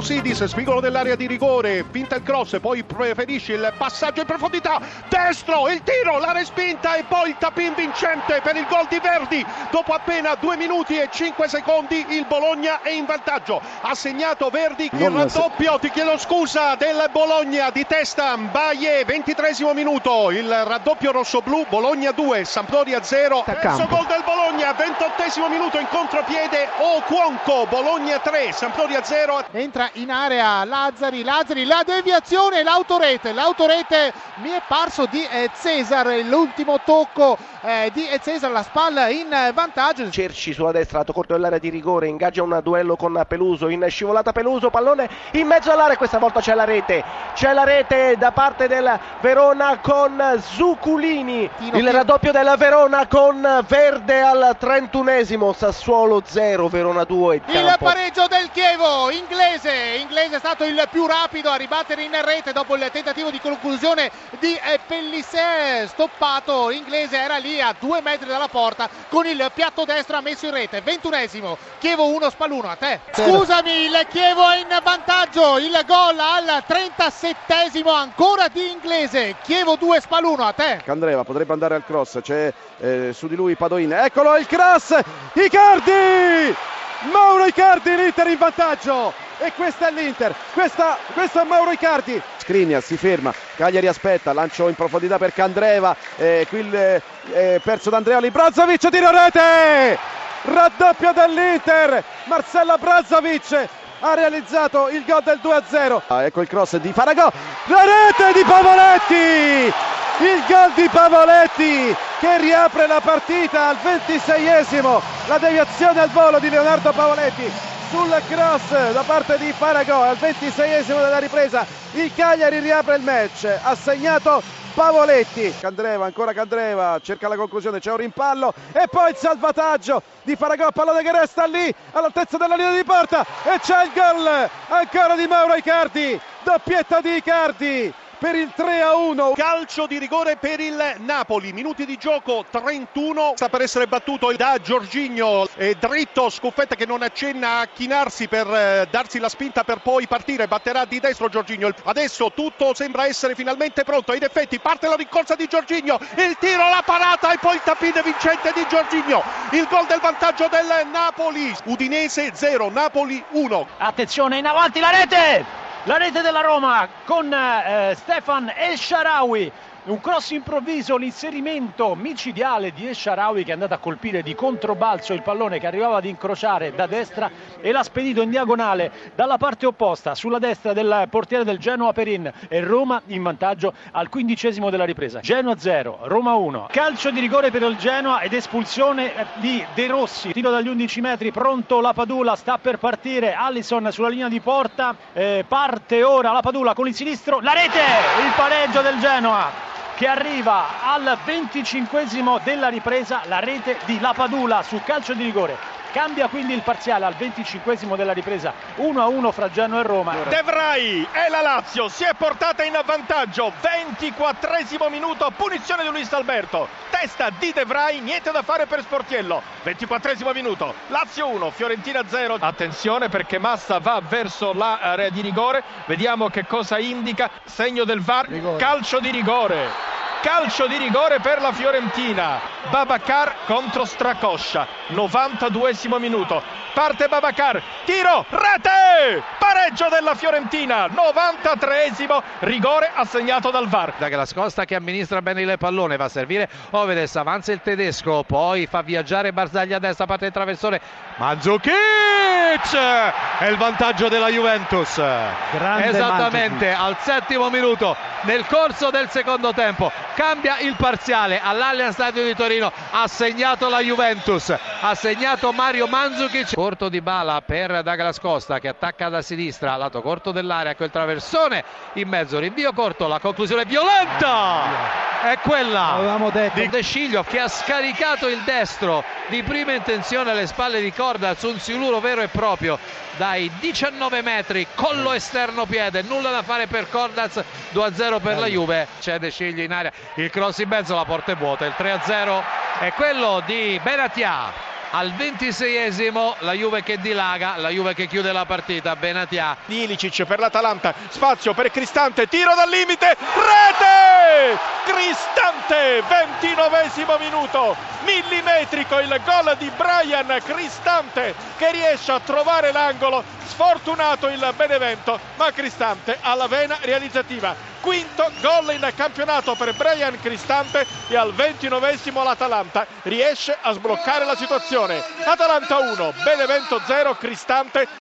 Sidis, spigolo dell'area di rigore, finta il cross, poi preferisce il passaggio in profondità, destro, il tiro, la respinta e poi il tap-in vincente per il gol di Verdi. Dopo appena 2 minuti e 5 secondi il Bologna è in vantaggio. Ha segnato Verdi il raddoppio, ti chiedo scusa, del Bologna di testa, Baie, 23esimo minuto, il raddoppio rossoblù, Bologna 2, Sampdoria 0. Terzo gol del Bologna, 28esimo minuto in contropiede, Okwonko, Bologna 3, Sampdoria 0. Entra in area Lazzari, la deviazione, l'autorete mi è parso di Cesar, l'ultimo tocco di Cesar, la spalla in vantaggio. Cerci sulla destra, lato corto dell'area di rigore, ingaggia un duello con Peluso, in scivolata Peluso, pallone in mezzo all'area, questa volta c'è la rete da parte del Verona con Zuculini, il raddoppio del Verona con Verde al 31esimo, Sassuolo 0, Verona 2. Il pareggio del Chievo, Inglese è stato il più rapido a ribattere in rete dopo il tentativo di conclusione di Pellissier, stoppato. Inglese era lì a 2 metri dalla porta con il piatto destro, ha messo in rete. 21esimo, Chievo 1, Spal 1. A te. Scusami, il Chievo è in vantaggio, il gol al 37esimo ancora di Inglese, Chievo 2, Spal 1. A te. Candreva potrebbe andare al cross, c'è su di lui Padoin, eccolo il cross, Icardi, Mauro Icardi, l'Inter in vantaggio. E questa è l'Inter, questo è Mauro Icardi. Skriniar si ferma, Cagliari aspetta, lancio in profondità per Candreva, qui perso da Andrea Brozovic, tiro rete, raddoppio dell'Inter, Marcelo Brozovic ha realizzato il gol del 2-0. Ecco il cross di Faragò, la rete di Pavoletti, il gol di Pavoletti che riapre la partita al 26esimo, la deviazione al volo di Leonardo Pavoletti sul cross da parte di Faragò al 26esimo della ripresa. Il Cagliari riapre il match, ha segnato Pavoletti. Ancora Candreva, cerca la conclusione, c'è un rimpallo e poi il salvataggio di Faragò, pallone che resta lì all'altezza della linea di porta e c'è il gol ancora di Mauro Icardi, doppietta di Icardi per il 3-1. Calcio di rigore per il Napoli, minuti di gioco 31, sta per essere battuto da Jorginho, dritto, Scuffetta che non accenna a chinarsi per darsi la spinta per poi partire, batterà di destro Jorginho. Adesso tutto sembra essere finalmente pronto, in effetti parte la rincorsa di Jorginho, il tiro, la parata e poi il tap-in vincente di Jorginho, il gol del vantaggio del Napoli. Udinese 0, Napoli 1. Attenzione, in avanti la rete! La rete della Roma con Stefan El Shaarawy, un cross improvviso, l'inserimento micidiale di El Shaarawy che è andato a colpire di controbalzo il pallone che arrivava ad incrociare da destra e l'ha spedito in diagonale dalla parte opposta sulla destra del portiere del Genoa Perin, e Roma in vantaggio al 15esimo della ripresa. Genoa 0, Roma 1. Calcio di rigore per il Genoa ed espulsione di De Rossi, tiro dagli 11 metri, pronto la Padula, sta per partire Alisson sulla linea di porta, parte ora la Padula con il sinistro, la rete, il pareggio del Genoa che arriva al 25esimo della ripresa, la rete di Lapadula su calcio di rigore. Cambia quindi il parziale al 25esimo della ripresa, 1-1 fra Genoa e Roma. De Vrij e la Lazio si è portata in vantaggio, 24esimo minuto, punizione di Luis Alberto, testa di De Vrij, niente da fare per Sportiello. 24esimo minuto, Lazio 1, Fiorentina 0. Attenzione perché Massa va verso l'area di rigore, vediamo che cosa indica, segno del VAR, calcio di rigore. Calcio di rigore per la Fiorentina, Babacar contro Stracoscia, 92esimo minuto, parte Babacar, tiro, rete, pareggio della Fiorentina, 93esimo, rigore assegnato dal VAR. Douglas Costa che amministra bene il pallone, va a servire Ovedes, avanza il tedesco, poi fa viaggiare Barzagli a destra, parte il traversone, Mandzukic, è il vantaggio della Juventus. Grande esattamente Mandzukic. Al 7° minuto, nel corso del secondo tempo, cambia il parziale all'Allianz Stadio di Torino, ha segnato la Juventus, ha segnato Mario Mandzukic. Corto di Bala per Douglas Costa che attacca da sinistra, lato corto dell'area, quel traversone in mezzo, rinvio corto, la conclusione violenta è quella di De Sciglio che ha scaricato il destro di prima intenzione alle spalle di Cordaz, un siluro vero e proprio dai 19 metri, collo esterno piede, nulla da fare per Cordaz, 2-0 per la Juve. C'è De Sciglio in area, il cross in mezzo, la porta è vuota, il 3-0 è quello di Benatia. al 26esimo la Juve che dilaga, la Juve che chiude la partita. Benatia di Ilicic per l'Atalanta, spazio per Cristante, tiro dal limite, rete! Cristante, 29esimo minuto, millimetrico il gol di Brian Cristante che riesce a trovare l'angolo, sfortunato il Benevento, ma Cristante ha la vena realizzativa. Quinto gol in campionato per Brian Cristante e al 29esimo l'Atalanta riesce a sbloccare la situazione. Atalanta 1, Benevento 0, Cristante